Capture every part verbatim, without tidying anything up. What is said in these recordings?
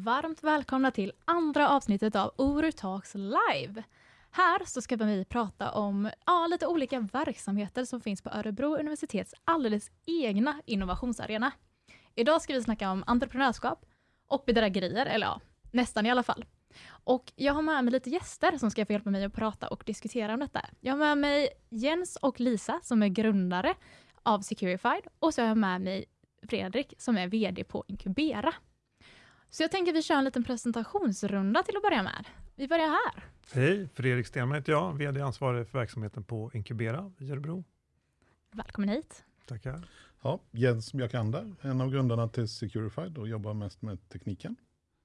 Varmt välkomna till andra avsnittet av Oru Talks Live. Här så ska vi prata om ja, lite olika verksamheter som finns på Örebro universitets alldeles egna innovationsarena. Idag ska vi snacka om entreprenörskap och bedrägerier, eller ja, nästan i alla fall. Och jag har med mig lite gäster som ska få hjälpa mig att prata och diskutera om detta. Jag har med mig Jens och Lisa som är grundare av Securified, och så har jag med mig Fredrik som är vd på Inkubera. Så jag tänker att vi kör en liten presentationsrunda till att börja med. Vi börjar här. Hej, Fredrik Stenman heter jag, vd-ansvarig för verksamheten på Inkubera i Örebro. Välkommen hit. Tackar. Ja, Jens Mjakander, en av grundarna till Securified och jobbar mest med tekniken.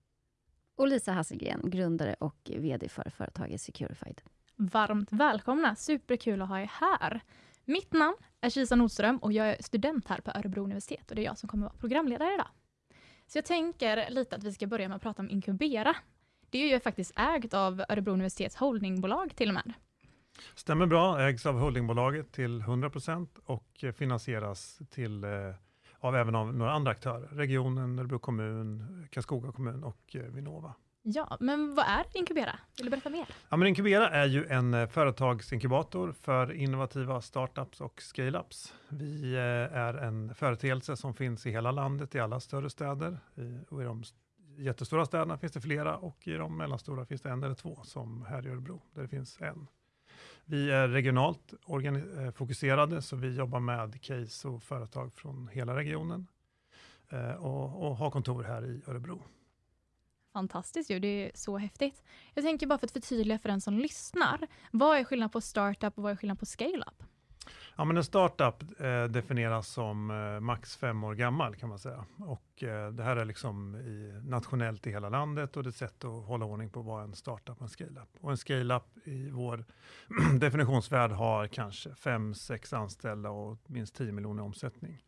Och Lisa Hasselgren, grundare och vd för företaget Securified. Varmt välkomna, superkul att ha er här. Mitt namn är Kisa Nordström och jag är student här på Örebro universitet och det är jag som kommer att vara programledare idag. Så jag tänker lite att vi ska börja med att prata om Inkubera. Det är ju faktiskt ägt av Örebro universitets holdingbolag till och med. Stämmer bra, ägs av holdingbolaget till hundra procent och finansieras till, eh, av även av några andra aktörer. Regionen, Örebro kommun, Karlskoga kommun och eh, Vinnova. Ja, men vad är Inkubera? Vill du berätta mer? Ja, men Inkubera är ju en eh, företagsinkubator för innovativa startups och scale-ups. Vi eh, är en företeelse som finns i hela landet, i alla större städer. I, och i de jättestora städerna finns det flera och i de mellanstora finns det en eller två, som här i Örebro, där det finns en. Vi är regionalt organi- fokuserade, så vi jobbar med case och företag från hela regionen eh, och, och har kontor här i Örebro. Fantastiskt ju, det är så häftigt. Jag tänker bara för att förtydliga för den som lyssnar. Vad är skillnad på startup och vad är skillnad på scale-up? Ja, men en startup eh, definieras som eh, max fem år gammal kan man säga. Och eh, det här är liksom i, nationellt i hela landet och det är ett sätt att hålla ordning på vad en startup och en scale-up. Och en scale-up i vår definitionsvärld har kanske fem, sex anställda och minst tio miljoner omsättning.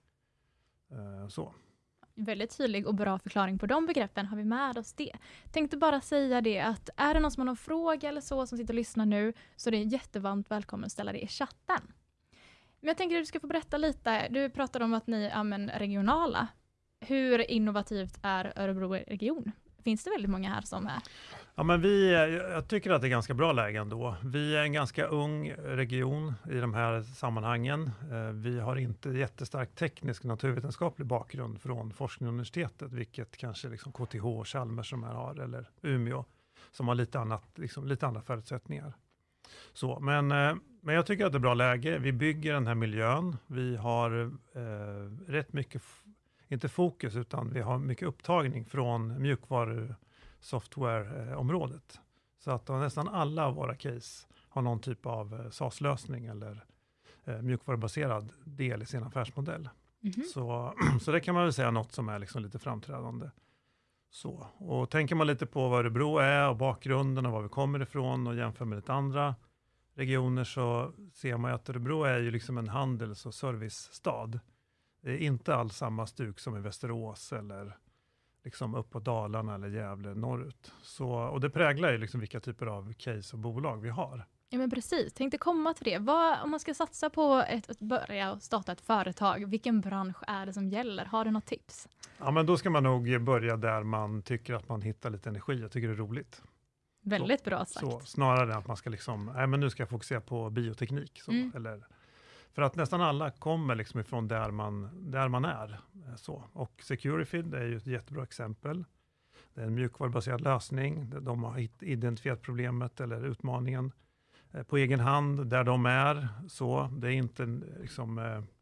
Eh, så. Väldigt tydlig och bra förklaring på de begreppen, har vi med oss det. Tänkte bara säga det att är det någon som har någon fråga eller så som sitter och lyssnar nu, så är det jättevarmt välkommen att ställa det i chatten. Men jag tänker att du ska få berätta lite. Du pratade om att ni är regionala. Hur innovativt är Örebro-region? Finns det väldigt många här som är? Ja, men vi, jag tycker att det är ganska bra läge ändå. Vi är en ganska ung region i de här sammanhangen. Vi har inte jättestark teknisk och naturvetenskaplig bakgrund från forskningsuniversitetet, vilket kanske liksom K T H och Chalmers som här har, eller Umeå, som har lite, annat, liksom, lite andra förutsättningar. Så, men, men jag tycker att det är bra läge. Vi bygger den här miljön. Vi har eh, rätt mycket, inte fokus, utan vi har mycket upptagning från mjukvaru software-området. Så att nästan alla av våra case har någon typ av SaaS-lösning eller eh, mjukvarubaserad del i sin affärsmodell. Mm-hmm. Så, så det kan man väl säga något som är liksom lite framträdande. Så. Och tänker man lite på vad Örebro är och bakgrunden och var vi kommer ifrån och jämför med lite andra regioner, så ser man att Örebro är ju liksom en handels- och servicestad. Det är inte alls samma stuk som i Västerås eller liksom uppåt Dalarna eller Gävle norrut. Så, och det präglar ju liksom vilka typer av case och bolag vi har. Ja, men precis. Tänkte komma till det. Vad, om man ska satsa på ett, att börja och starta ett företag, vilken bransch är det som gäller? Har du något tips? Ja, men då ska man nog börja där man tycker att man hittar lite energi. Jag tycker det är roligt. Väldigt så, bra sagt. Så, snarare än att man ska liksom, nej men nu ska jag fokusera på bioteknik. Så, mm. eller, för att nästan alla kommer liksom ifrån där man, där man är. Så. Och Securified är ju ett jättebra exempel. Det är en mjukvarubaserad lösning. De har identifierat problemet eller utmaningen på egen hand där de är. Så det är inte liksom,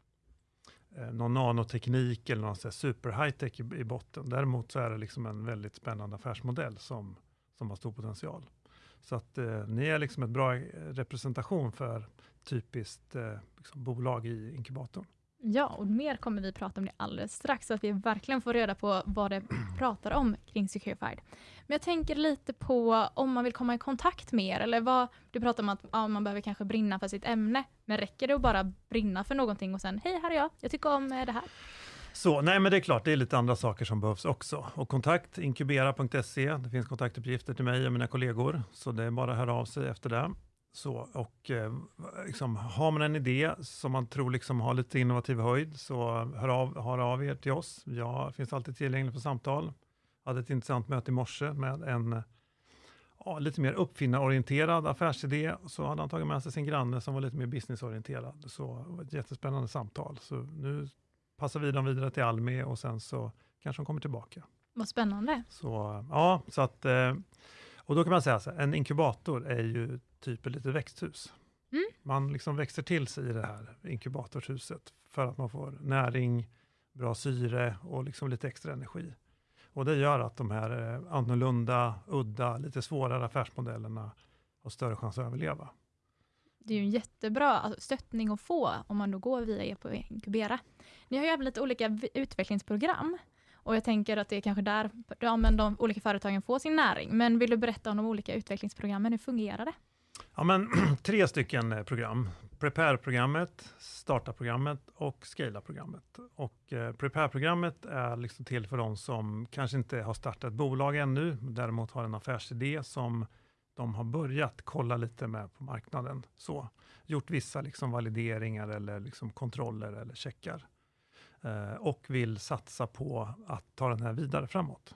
eh, någon nanoteknik eller någon så här super high-tech i, i botten. Däremot så är det liksom en väldigt spännande affärsmodell som, som har stor potential. Så att eh, ni är liksom ett bra representation för typiskt eh, liksom bolag i inkubatorn. Ja, och mer kommer vi prata om det alldeles strax, så att vi verkligen får reda på vad det pratar om kring Securified. Men jag tänker lite på om man vill komma i kontakt med er, eller vad, du pratar om att ja, man behöver kanske brinna för sitt ämne, men räcker det att bara brinna för någonting och sen, hej här är jag, jag tycker om det här. Så, nej men det är klart, det är lite andra saker som behövs också. Och kontakt, inkubera punkt se, det finns kontaktuppgifter till mig och mina kollegor, så det är bara att höra av sig efter det. Så, och eh, liksom, har man en idé som man tror liksom har lite innovativ höjd, så hör av, hör av er till oss. Jag finns alltid tillgänglig för samtal. hade ett intressant möte i morse med en ja, lite mer uppfinnarorienterad affärsidé. Så hade han tagit med sig sin granne som var lite mer businessorienterad. Så det var ett jättespännande samtal. Så nu passar vi dem vidare till Almi och sen så kanske de kommer tillbaka. Vad spännande. Så ja, så att, och då kan man säga så här, en inkubator är ju typ ett litet växthus. Mm. Man liksom växer till sig i det här inkubatorhuset för att man får näring, bra syre och liksom lite extra energi. Och det gör att de här annorlunda, udda, lite svårare affärsmodellerna har större chans att överleva. Det är ju en jättebra stöttning att få om man då går via er på Inkubera. Ni har ju även lite olika utvecklingsprogram. Och jag tänker att det är kanske där ja, men de olika företagen får sin näring. Men vill du berätta om de olika utvecklingsprogrammen? Hur fungerar det? Ja, men tre stycken program. Prepare-programmet, Starta-programmet och Scala-programmet. Och eh, Prepare-programmet är liksom till för de som kanske inte har startat ett bolag ännu, däremot har en affärsidé som de har börjat kolla lite med på marknaden. Så, gjort vissa liksom valideringar eller liksom kontroller eller checkar. Eh, och vill satsa på att ta den här vidare framåt.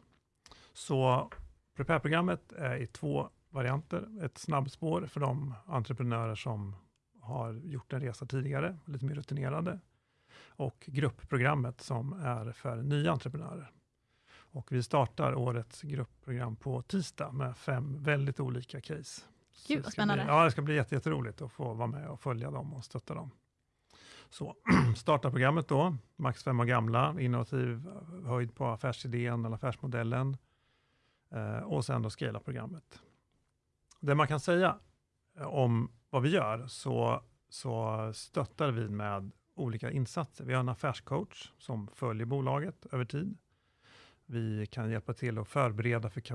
Så Prepare-programmet är i två varianter. Ett snabbspår för de entreprenörer som har gjort en resa tidigare, lite mer rutinerade. Och gruppprogrammet som är för nya entreprenörer. Och vi startar årets gruppprogram på tisdag med fem väldigt olika case. Gud, vad spännande. Bli, ja, det ska bli jätte, jätteroligt att få vara med och följa dem och stötta dem. Så starta programmet då, max fem år gamla, innovativ höjd på affärsidén eller affärsmodellen. Eh, och sen då scala programmet. Det man kan säga om vad vi gör så, så stöttar vi med olika insatser. Vi har en affärscoach som följer bolaget över tid. Vi kan hjälpa till att förbereda för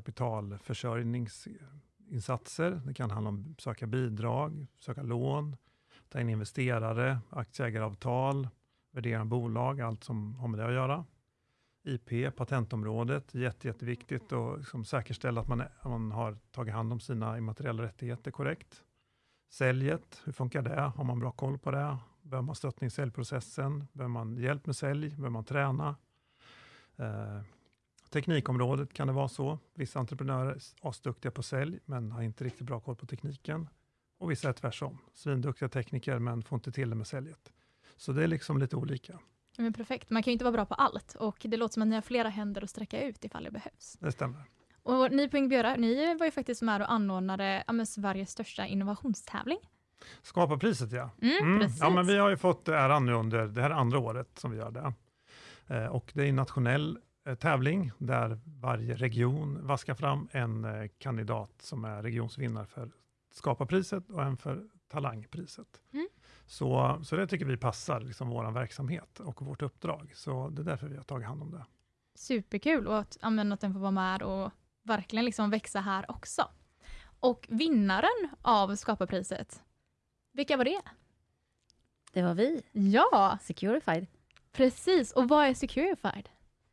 kapitalförsörjningsinsatser. Det kan handla om söka bidrag, söka lån, ta in investerare, aktieägaravtal, värdera bolag, allt som har med det att göra. I P, patentområdet, jätte, jätteviktigt att liksom säkerställa att man, är, man har tagit hand om sina immateriella rättigheter korrekt. Säljet, hur funkar det? Har man bra koll på det? Behöver man stöttning i säljprocessen? Behöver man hjälp med sälj? Behöver man träna? Eh, teknikområdet kan det vara så. Vissa entreprenörer är asduktiga på sälj men har inte riktigt bra koll på tekniken. Och vissa är tvärsom. Svinduktiga tekniker men får inte till det med säljet. Så det är liksom lite olika. Men perfekt. Man kan ju inte vara bra på allt. Och det låter som att ni har flera händer att sträcka ut ifall det behövs. Det stämmer. Och ni på Inkubera, ni var ju faktiskt med och anordnade ja, Sveriges största innovationstävling. Skapa priset, ja. Mm, mm. precis. Ja, men vi har ju fått äran nu under det här andra året som vi gör det. Eh, och det är en nationell eh, tävling där varje region vaskar fram en eh, kandidat som är regionsvinnare för Skapa priset och en för Talangpriset. Mm. Så, så det tycker vi passar liksom vår verksamhet och vårt uppdrag. Så det är därför vi har tagit hand om det. Superkul och att, använda att den får vara med och verkligen liksom växa här också. Och vinnaren av Skaparpriset, vilka var det? Det var vi, Ja, Securified. precis. Och vad är Securified?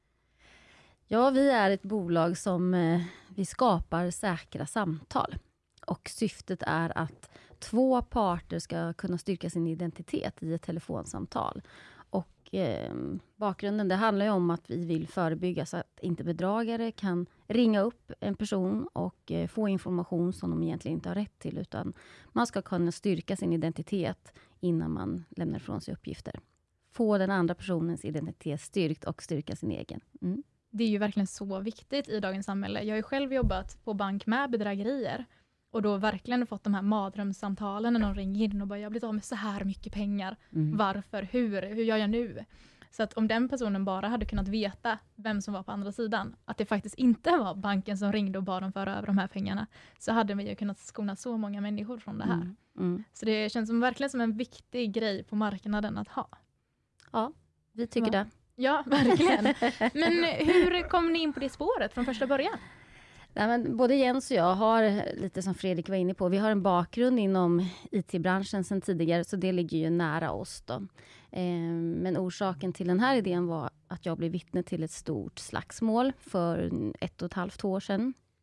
Ja, vi är ett bolag som eh, vi skapar säkra samtal. Och syftet är att två parter ska kunna styrka sin identitet i ett telefonsamtal. Och eh, bakgrunden, det handlar ju om att vi vill förebygga så att inte bedragare kan ringa upp en person och eh, få information som de egentligen inte har rätt till. Utan man ska kunna styrka sin identitet innan man lämnar ifrån sig uppgifter. Få den andra personens identitet styrkt och styrka sin egen. Mm. Det är ju verkligen så viktigt i dagens samhälle. Jag har ju själv jobbat på bank med bedrägerier. Och då verkligen fått de här madrömssamtalen när någon ringer in och bara, jag har blivit av med så här mycket pengar. Mm. Varför? Hur? Hur gör jag nu? Så att om den personen bara hade kunnat veta vem som var på andra sidan, att det faktiskt inte var banken som ringde och bad dem föra över de här pengarna, så hade vi ju kunnat skona så många människor från det här. Mm. Mm. Så det känns som verkligen som en viktig grej på marknaden att ha. Ja, vi tycker Ja. det. Ja, verkligen. Men hur kom ni in på det spåret från första början? Nej, men både Jens och jag har, lite som Fredrik var inne på, vi har en bakgrund inom I T-branschen sedan tidigare, så det ligger ju nära oss då. Eh, men orsaken till den här idén var att jag blev vittne till ett stort slagsmål för ett och ett halvt år sedan.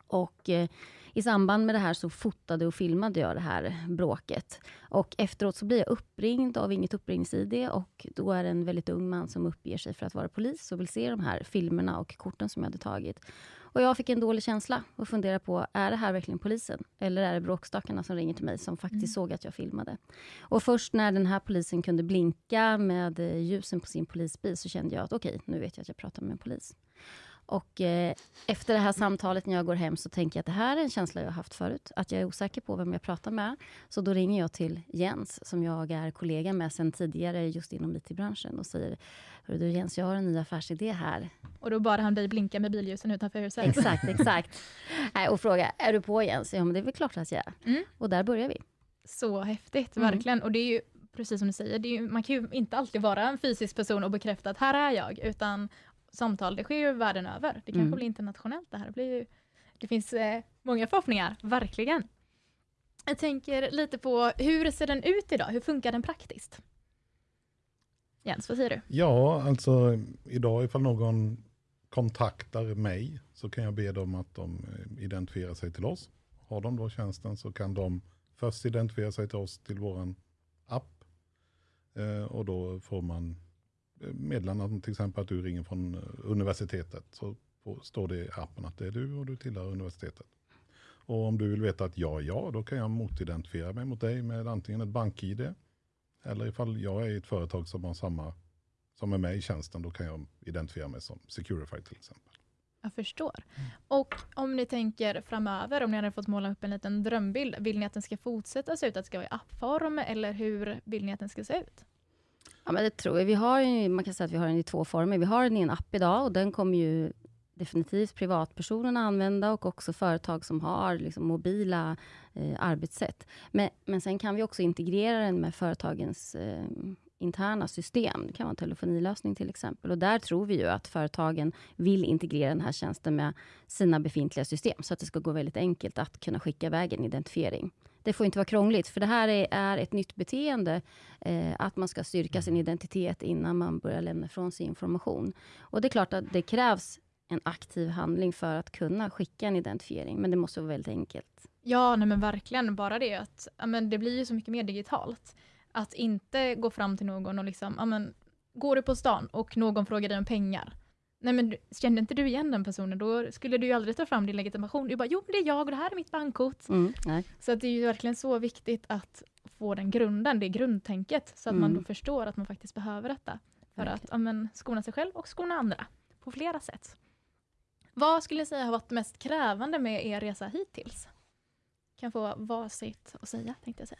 Och eh, i samband med det här så fotade och filmade jag det här bråket. Och efteråt så blir jag uppringd av inget uppringningsi de, och då är det en väldigt ung man som uppger sig för att vara polis och vill se de här filmerna och korten som jag hade tagit. Och jag fick en dålig känsla och funderade på, är det här verkligen polisen? Eller är det bråkstakarna som ringer till mig som faktiskt mm. såg att jag filmade? Och först när den här polisen kunde blinka med ljusen på sin polisbil så kände jag att okej, nu vet jag att jag pratar med en polis. Och eh, efter det här samtalet när jag går hem så tänker jag att det här är en känsla jag har haft förut. Att jag är osäker på vem jag pratar med. Så då ringer jag till Jens som jag är kollega med sedan tidigare just inom I T-branschen och säger, hörru du Jens, jag har en ny affärsidé här. Och då bara han dig blinka med billjusen utanför huset. Exakt, exakt. Nej, och fråga, är du på Jens? Ja, men det är väl klart att jag är. Mm. Och där börjar vi. Så häftigt, verkligen. Mm. Och det är ju precis som du säger, det är ju, man kan ju inte alltid vara en fysisk person och bekräfta att här är jag, utan samtal, det sker ju världen över. Det kanske mm. blir internationellt det här. Det, blir ju, det finns eh, många förhoppningar, verkligen. Jag tänker lite på, hur ser den ut idag? Hur funkar den praktiskt? Jens, vad säger du? Ja, alltså idag ifall någon kontaktar mig så kan jag be dem att de identifierar sig till oss. Har de då tjänsten så kan de först identifiera sig till oss till våran app. Eh, och då får man meddelanden, till exempel att du ringer från universitetet, så står det i appen att det är du och du tillhör universitetet. Och om du vill veta att jag är jag, då kan jag motidentifiera mig mot dig med antingen ett bank-I D eller ifall jag är i ett företag som har samma som är med i tjänsten, då kan jag identifiera mig som Securify till exempel. Jag förstår. Och om ni tänker framöver, om ni hade fått måla upp en liten drömbild, vill ni att den ska fortsätta se ut, att det ska vara i appform, eller hur vill ni att den ska se ut? Ja, men det tror jag. Vi har ju, man kan säga att vi har den i två former. Vi har den i en app idag och den kommer ju definitivt privatpersonerna använda och också företag som har liksom mobila eh, arbetssätt. Men, men sen kan vi också integrera den med företagens eh, interna system. Det kan vara en telefonilösning till exempel. Och där tror vi ju att företagen vill integrera den här tjänsten med sina befintliga system så att det ska gå väldigt enkelt att kunna skicka iväg en identifiering. Det får inte vara krångligt, för det här är, är ett nytt beteende, eh, att man ska styrka sin identitet innan man börjar lämna från sig information. Och det är klart att det krävs en aktiv handling för att kunna skicka en identifiering, men det måste vara väldigt enkelt. Ja, nej men verkligen. Bara det att ja, men det blir ju så mycket mer digitalt. Att inte gå fram till någon och liksom, ja, men, går du på stan och någon frågar dig om pengar. Nej, men kände inte du igen den personen, då skulle du ju aldrig ta fram din legitimation. Du bara, jo, det är jag och det här är mitt bankkort. Mm, nej. Så att det är ju verkligen så viktigt att få den grunden, det grundtänket, så att mm. man då förstår att man faktiskt behöver detta. För okay. att ja, men, skona sig själv och skona andra på flera sätt. Vad skulle jag säga har varit mest krävande med er resa hittills? Kan få varsitt att säga, tänkte jag säga.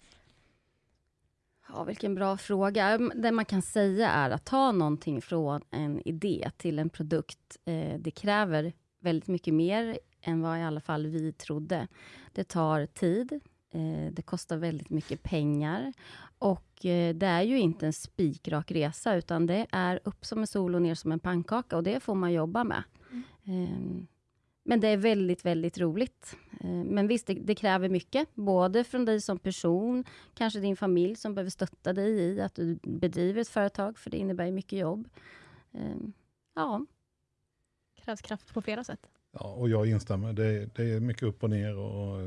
Ja, vilken bra fråga. Det man kan säga är att ta någonting från en idé till en produkt. Eh, det kräver väldigt mycket mer än vad i alla fall vi trodde. Det tar tid. Eh, det kostar väldigt mycket pengar. Och eh, det är ju inte en spikrak resa, utan det är upp som en sol och ner som en pannkaka. Och det får man jobba med. Mm. Eh, Men det är väldigt, väldigt roligt. Men visst, det, det kräver mycket. Både från dig som person, kanske din familj som behöver stötta dig i att du bedriver ett företag, för det innebär mycket jobb. Ja. Det krävs kraft på flera sätt. Ja, och jag instämmer. Det, det är mycket upp och ner och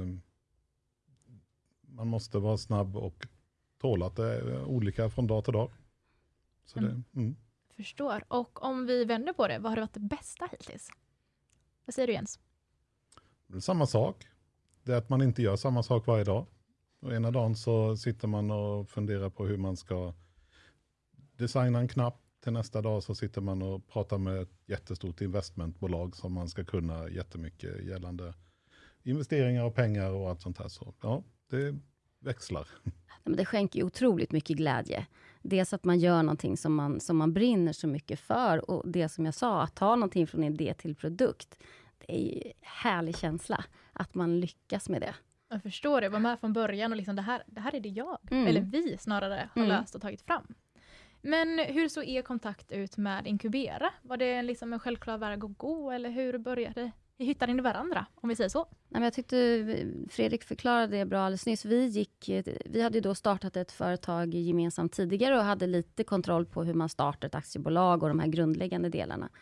man måste vara snabb och tåla att det är olika från dag till dag. Så mm. det, mm. Förstår. Och om vi vänder på det, vad har det varit det bästa hittills? Vad säger du, Jens? Samma sak. Det är att man inte gör samma sak varje dag. Och ena dagen så sitter man och funderar på hur man ska designa en knapp. Till nästa dag så sitter man och pratar med ett jättestort investmentbolag som man ska kunna jättemycket gällande investeringar och pengar och allt sånt här. Så ja, det växlar. Det skänker ju otroligt mycket glädje. Dels att man gör någonting som man, som man brinner så mycket för. Och det som jag sa, att ta någonting från idé till produkt. Det är ju en härlig känsla att man lyckas med det. Jag förstår det. Var med från början och liksom det här, det här är det jag, mm. eller vi snarare, har mm. löst och tagit fram. Men hur såg er kontakt ut med Inkubera? Var det liksom en självklar väg att gå, eller hur började Hur hittade ni varandra, om vi säger så? Nej, men jag tyckte Fredrik förklarade det bra alldeles nyss. Vi, gick, vi hade då startat ett företag gemensamt tidigare och hade lite kontroll på hur man startar ett aktiebolag och de här grundläggande delarna.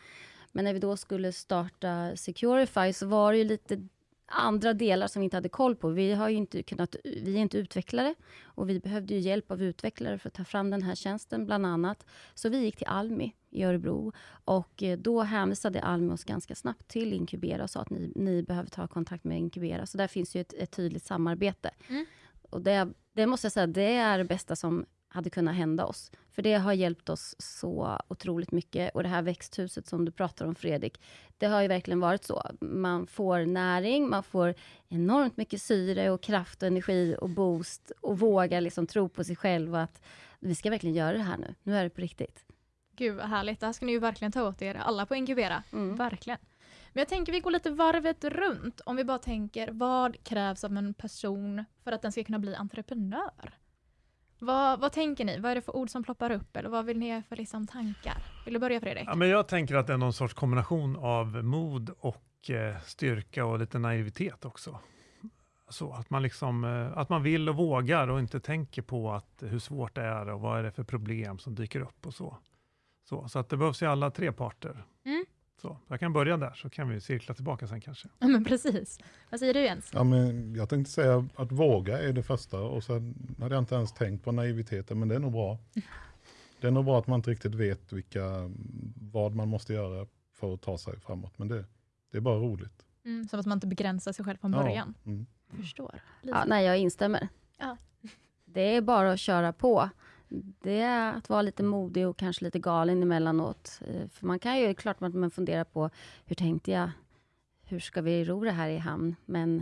Men när vi då skulle starta Securify så var det ju lite andra delar som vi inte hade koll på. Vi har ju inte kunnat, vi är inte utvecklare och vi behövde ju hjälp av utvecklare för att ta fram den här tjänsten bland annat. Så vi gick till Almi i Örebro och då hänvisade Almi oss ganska snabbt till Inkubera och sa att ni, ni behöver ta kontakt med Inkubera. Så där finns ju ett, ett tydligt samarbete. Mm. Och det, det måste jag säga, det är det bästa som hade kunnat hända oss. För det har hjälpt oss så otroligt mycket. Och det här växthuset som du pratar om, Fredrik, det har ju verkligen varit så. Man får näring, man får enormt mycket syre och kraft och energi och boost. Och våga liksom tro på sig själv att vi ska verkligen göra det här nu. Nu är det på riktigt. Gud vad härligt. Det här ska ni ju verkligen ta åt er. Alla på Inkubera. Mm. Verkligen. Men jag tänker vi går lite varvet runt. Om vi bara tänker, vad krävs av en person för att den ska kunna bli entreprenör? Vad, vad tänker ni? Vad är det för ord som ploppar upp? Eller vad vill ni ha för liksom tankar? Vill du börja, Fredrik? Ja, men jag tänker att det är någon sorts kombination av mod och eh, styrka och lite naivitet också. Så att man liksom, eh, att man vill och vågar och inte tänker på att hur svårt det är och vad är det för problem som dyker upp och så. Så, så att det behövs i alla tre parter. Mm. Så, jag kan börja där så kan vi cirkla tillbaka sen kanske. Ja, men precis. Vad säger du, Jens? Ja, men jag tänkte säga att våga är det första och sen hade jag inte ens tänkt på naiviteten, men det är nog bra. Det är nog bra att man inte riktigt vet vilka, vad man måste göra för att ta sig framåt, men det, det är bara roligt. Mm, så att man inte begränsar sig själv från början. Ja, mm. Förstår. Ja, nej, jag instämmer. Ja. Det är bara att köra på. Det är att vara lite modig och kanske lite galen emellanåt. För man kan ju, klart att man funderar på hur tänkte jag, hur ska vi ro det här i hamn? Men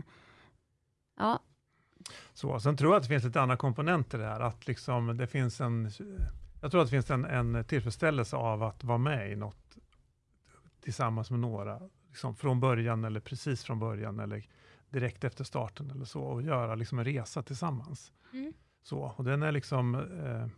ja. Så, sen tror jag att det finns lite andra komponenter där. Att liksom det finns en, jag tror att det finns en, en tillfredsställelse av att vara med i något tillsammans med några. Liksom från början eller precis från början eller direkt efter starten eller så. Och göra liksom en resa tillsammans. Mm. Så, och den är liksom, eh,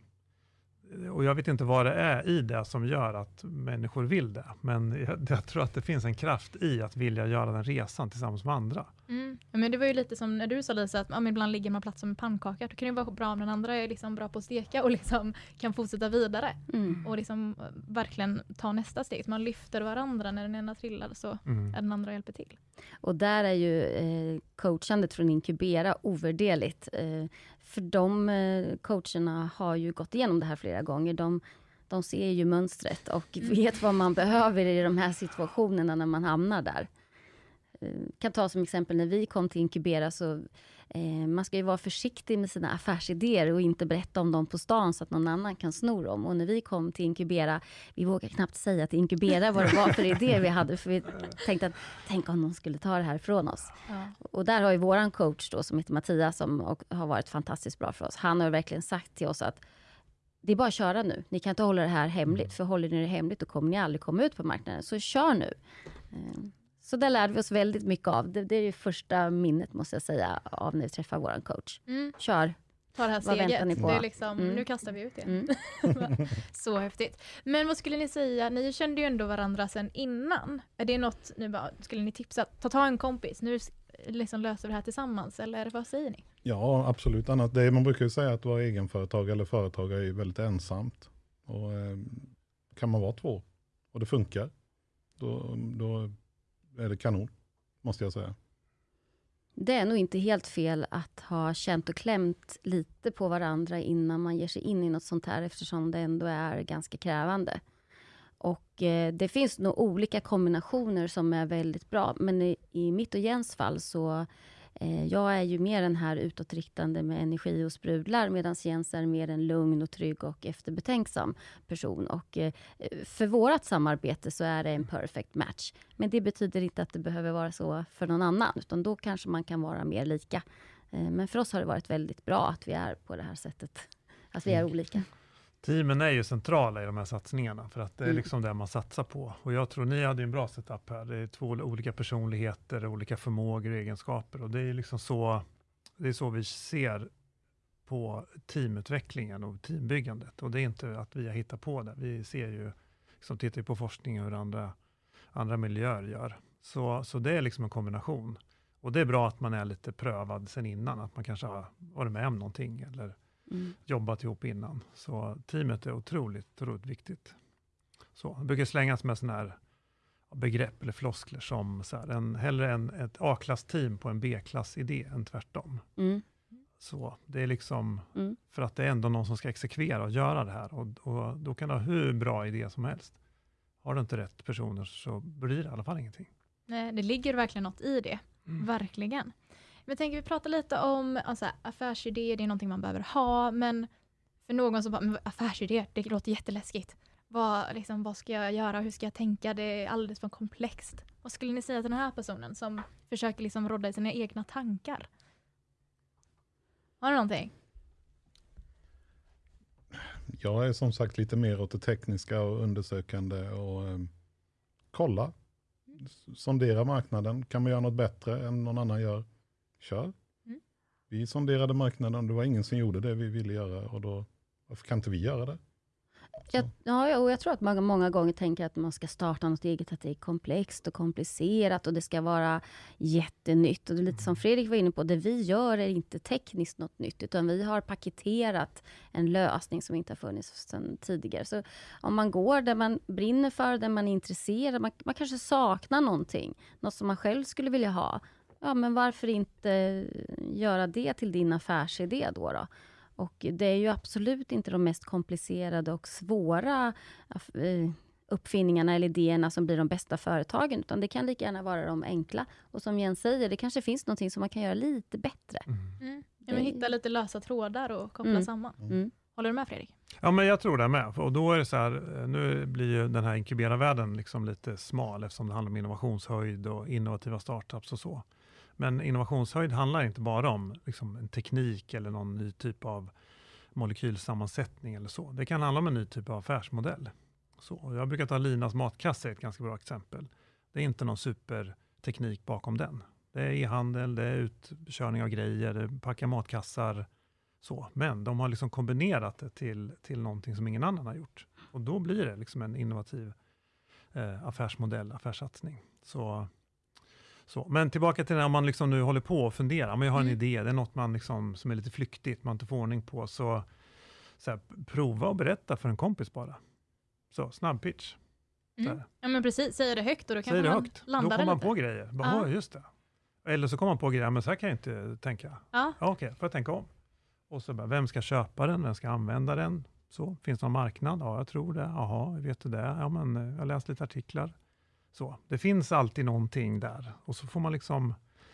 och jag vet inte vad det är i det som gör att människor vill det. Men jag, jag tror att det finns en kraft i att vilja göra den resan tillsammans med andra. Mm. Men det var ju lite som när du sa, Lisa, att ja, ibland ligger man plats som en pannkaka. Då kan det vara bra om den andra är liksom bra på att steka och liksom kan fortsätta vidare. Mm. Och liksom verkligen ta nästa steg. Så man lyfter varandra när den ena trillar så mm. är den andra hjälper till. Och där är ju eh, coachandet från Inkubera ovärderligt. Eh, för de eh, coacherna har ju gått igenom det här flera gånger. De, de ser ju mönstret och vet vad man behöver i de här situationerna när man hamnar där. Eh, kan ta som exempel när vi kom till Inkubera så eh, man ska ju vara försiktig med sina affärsidéer och inte berätta om dem på stan så att någon annan kan sno dem. Och när vi kom till Inkubera, vi vågar knappt säga till Inkubera vad det var för idéer vi hade, för vi tänkte att tänk om någon skulle ta det här från oss. Ja. Och där har ju våran coach då som heter Mattias som och, har varit fantastiskt bra för oss. Han har verkligen sagt till oss att det är bara att köra nu. Ni kan inte hålla det här hemligt, för håller ni det hemligt då kommer ni aldrig komma ut på marknaden. Så kör nu. Eh, Så där lärde vi oss väldigt mycket av. Det, det är ju första minnet måste jag säga av när vi träffar vår coach. Mm. Kör. Ta det här vad steget. Ni på? Det är liksom, mm. Nu kastar vi ut det. Mm. Så häftigt. Men vad skulle ni säga? Ni kände ju ändå varandra sedan innan. Är det något, nu bara, skulle ni tipsa? Ta ta en kompis. Nu liksom löser vi det här tillsammans. Eller vad säger ni? Ja, absolut. Annat, det, man brukar ju säga att vara egenföretagare eller företagare är väldigt ensamt. Och eh, kan man vara två och det funkar, då... då är det kanon, måste jag säga. Det är nog inte helt fel att ha känt och klämt lite på varandra innan man ger sig in i något sånt här, eftersom det ändå är ganska krävande. Och eh, det finns nog olika kombinationer som är väldigt bra, men i, i mitt och Jens fall så eh, jag är ju mer den här utåtriktande med energi och sprudlar, medan Jens är mer en lugn och trygg och efterbetänksam person. Och eh, för vårat samarbete så är det en perfect match. Men det betyder inte att det behöver vara så för någon annan, utan då kanske man kan vara mer lika. Eh, men för oss har det varit väldigt bra att vi är på det här sättet, att vi är olika. Teamen är ju centrala i de här satsningarna för att det är liksom det man satsar på. Och jag tror ni hade en bra setup här. Det är två olika personligheter, olika förmågor och egenskaper. Och det är liksom så, det är så vi ser på teamutvecklingen och teambyggandet. Och det är inte att vi har hittat på det. Vi ser ju, liksom tittar på forskning och hur andra, andra miljöer gör. Så, så det är liksom en kombination. Och det är bra att man är lite prövad sen innan. Att man kanske har varit med om någonting eller Mm. jobbat ihop innan. Så teamet är otroligt, otroligt viktigt. Så, det brukar slängas med sån här begrepp eller floskler som så här, en, hellre en, ett A-klassteam på en B-klassidé än tvärtom. Mm. Så det är liksom, Mm. för att det är ändå någon som ska exekvera och göra det här. Och, och då kan du ha hur bra idé som helst. Har du inte rätt personer så blir det i alla fall ingenting. Nej, det ligger verkligen något i det. Mm. Verkligen. Men jag tänker vi pratar lite om alltså, affärsidé, det är någonting man behöver ha. Men för någon som bara, men affärsidé, det låter jätteläskigt. Vad, liksom, vad ska jag göra? Hur ska jag tänka? Det är alldeles för komplext. Vad skulle ni säga till den här personen som försöker liksom rodda i sina egna tankar? Har du någonting? Jag är som sagt lite mer åt det tekniska och undersökande och eh, kolla. Sondera marknaden. Kan man göra något bättre än någon annan gör? Kör. Mm. Vi sonderade marknaden. Det var ingen som gjorde det vi ville göra. Och då, varför kan inte vi göra det? Jag, ja, och jag tror att man många gånger tänker att man ska starta något eget, att det är komplext och komplicerat och det ska vara jättenytt. Och det är lite som Fredrik var inne på, det vi gör är inte tekniskt något nytt, utan vi har paketerat en lösning som inte har funnits sedan tidigare. Så om man går där man brinner för, där man är intresserad, man, man kanske saknar någonting, något som man själv skulle vilja ha. Ja, men varför inte göra det till din affärsidé då då? Och det är ju absolut inte de mest komplicerade och svåra uppfinningarna eller idéerna som blir de bästa företagen. Utan det kan lika gärna vara de enkla. Och som Jens säger, det kanske finns någonting som man kan göra lite bättre. Mm. Mm. Ja, men hitta lite lösa trådar och koppla Mm. samman. Mm. Håller du med Fredrik? Ja, men jag tror det med. Och då är det så här, nu blir ju den här inkuberarvärlden liksom lite smal eftersom det handlar om innovationshöjd och innovativa startups och så. Men innovationshöjd handlar inte bara om liksom en teknik eller någon ny typ av molekylsammansättning eller så. Det kan handla om en ny typ av affärsmodell. Så jag brukar ta Linas matkasse, ett ganska bra exempel. Det är inte någon superteknik bakom den. Det är e-handel, det är utkörning av grejer, det är packa matkassar. Så. Men de har liksom kombinerat det till, till någonting som ingen annan har gjort. Och då blir det liksom en innovativ eh, affärsmodell, affärssatsning. Så... Så, men tillbaka till när man liksom nu håller på och funderar. Men jag har en Mm. idé, det är något man liksom, som är lite flyktigt, man inte får ordning på. Så, så här, prova och berätta för en kompis bara. Så, snabb pitch. Mm. Så här. Ja men precis, säger det högt och då kan Säg det man högt, då landa kommer man lite. på grejer. Bara, Ja. "Oj, just det. Eller så kommer man på grejer, men så här kan jag inte tänka. Ja. Ja, okej, får jag tänka om. Och så bara, vem ska köpa den, vem ska använda den? Så, finns det någon marknad? Ja, jag tror det. Jaha, vet du det? Ja, men eh, jag har läst lite artiklar. Så, det finns alltid någonting där. Och så får man liksom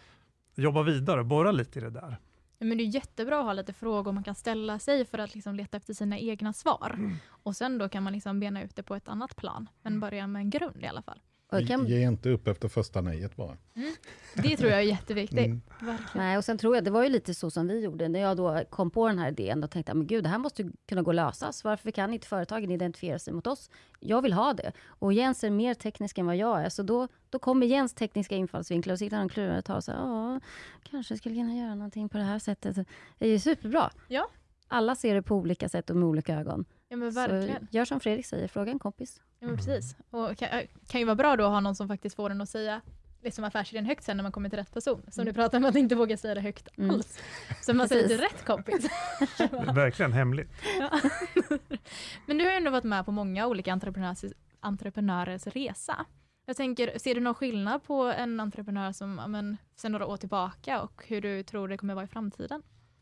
jobba vidare och borra lite i det där. Ja, men det är jättebra att ha lite frågor man kan ställa sig för att liksom leta efter sina egna svar. Mm. Och sen då kan man liksom bena ut det på ett annat plan. Men börja med en grund i alla fall. Och det kan, Ge inte upp efter första nejet bara. Det tror jag är jätteviktigt. Mm. Verkligen. nej, och sen tror jag, det var ju lite så som vi gjorde. När jag då kom på den här idén och tänkte, men gud, det här måste ju kunna gå att lösas. Varför kan inte företagen identifiera sig mot oss? Jag vill ha det. Och Jens är mer teknisk än vad jag är. Så då, då kommer Jens tekniska infallsvinklar och sitter han och klurar och tar och säger, ja, kanske skulle kunna göra någonting på det här sättet. Det är ju superbra. Ja. Alla ser det på olika sätt och med olika ögon. Ja men verkligen. Så gör som Fredrik säger, fråga en kompis. Ja, men precis. Och kan, kan ju vara bra då att ha någon som faktiskt får den att säga liksom affärsidén högt sen när man kommer till rätt person. Som Mm. du pratar om att inte våga säga det högt Mm. alls. Så man säger till Precis. rätt kompis. Det är verkligen hemligt. Ja. Men du har ju ändå varit med på många olika entreprenörs, entreprenörers resa. Jag tänker, ser du någon skillnad på en entreprenör som ja, men, sen några år tillbaka och hur du tror det kommer vara i framtiden?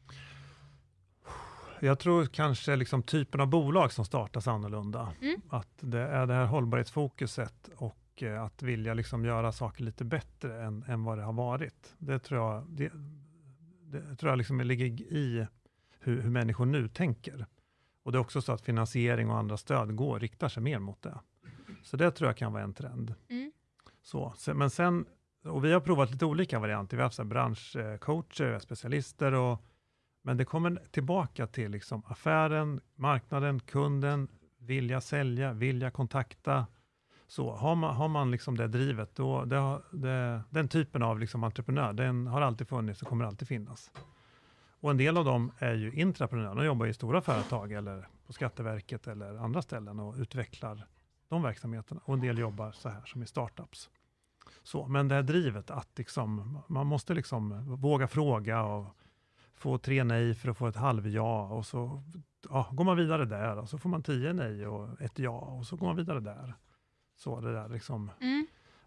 Jag tror kanske liksom typen av bolag som startas annorlunda. Mm. Att det är det här hållbarhetsfokuset och eh, att vilja liksom göra saker lite bättre än, än vad det har varit. Det tror jag, det, det tror jag liksom ligger i hur, hur människor nu tänker. Och det är också så att finansiering och andra stöd går, riktar sig mer mot det. Så det tror jag kan vara en trend. Mm. Så, se- men sen, och vi har provat lite olika varianter. Vi har haft så här branschcoacher, vi har specialister och men det kommer tillbaka till liksom affären, marknaden, kunden, vilja sälja, vilja kontakta. Så har man, har man liksom det drivet, då, det, har- det, den typen av liksom entreprenör, den har alltid funnits och kommer alltid finnas. Och en del av dem är ju intraprenörer, de jobbar i stora företag eller på Skatteverket eller andra ställen och utvecklar de verksamheterna. Och en del jobbar så här som i startups. Så, men det här drivet att liksom, man måste liksom våga fråga och få tre nej för att få ett halvja och så ja, går man vidare där och så får man tio nej och ett ja och så går man vidare där. Så det där liksom, Mm.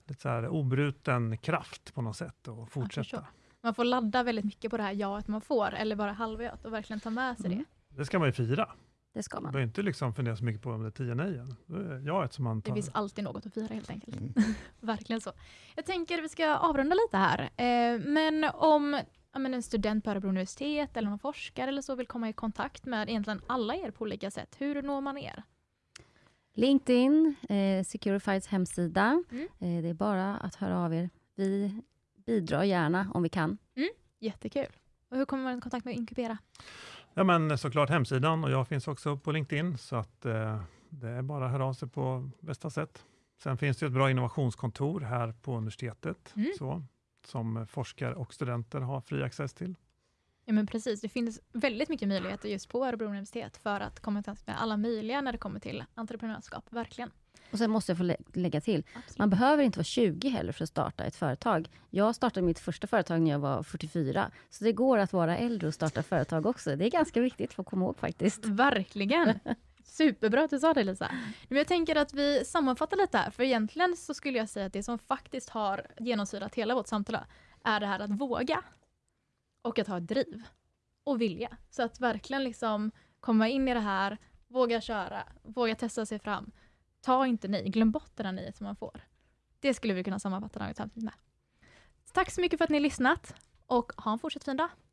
lite så här obruten kraft på något sätt och fortsätta. Man får ladda väldigt mycket på det här jaet man får, eller bara halvjat, och verkligen ta med sig Mm. det. Det ska man ju fira. Det ska Man man. behöver inte liksom fundera så mycket på om det är tio nejen. Det är jaet som man Det tar. finns alltid något att fira helt enkelt. Mm. Verkligen så. Jag tänker vi ska avrunda lite här. Eh, men om ja, men en student på Örebro universitet eller någon forskare eller så vill komma i kontakt med egentligen alla er på olika sätt, hur når man er? LinkedIn, eh, Securifieds hemsida. Mm. Eh, det är bara att höra av er. Vi bidrar gärna om vi kan. Jättekul. Och hur kommer man i kontakt med Inkubera? Ja, men såklart hemsidan, och jag finns också på LinkedIn, så att eh, det är bara att höra av sig på bästa sätt. Sen finns det ett bra innovationskontor här på universitetet Mm. så, som forskare och studenter har fri access till. Ja, men precis. Det finns väldigt mycket möjligheter just på Örebro universitet för att komma i kontakt med alla möjliga när det kommer till entreprenörskap. Verkligen. Och sen måste jag få lä- lägga till. Absolut. Man behöver inte vara tjugo heller för att starta ett företag. Jag startade mitt första företag när jag var fyrtiofyra. Så det går att vara äldre och starta företag också. Det är ganska viktigt för att komma ihåg faktiskt. Verkligen. Superbra att du sa det, Lisa. Men jag tänker att vi sammanfattar lite här. För egentligen så skulle jag säga att det som faktiskt har genomsyrat hela vårt samtal är det här att våga. Och att ha ett driv. Och vilja. Så att verkligen liksom komma in i det här. Våga köra. Våga testa sig fram. Ta inte nej. Glöm bort det där nejet som man får. Det skulle vi kunna sammanfatta dagens avsnitt med. Tack så mycket för att ni har lyssnat. Och ha en fortsatt fin dag.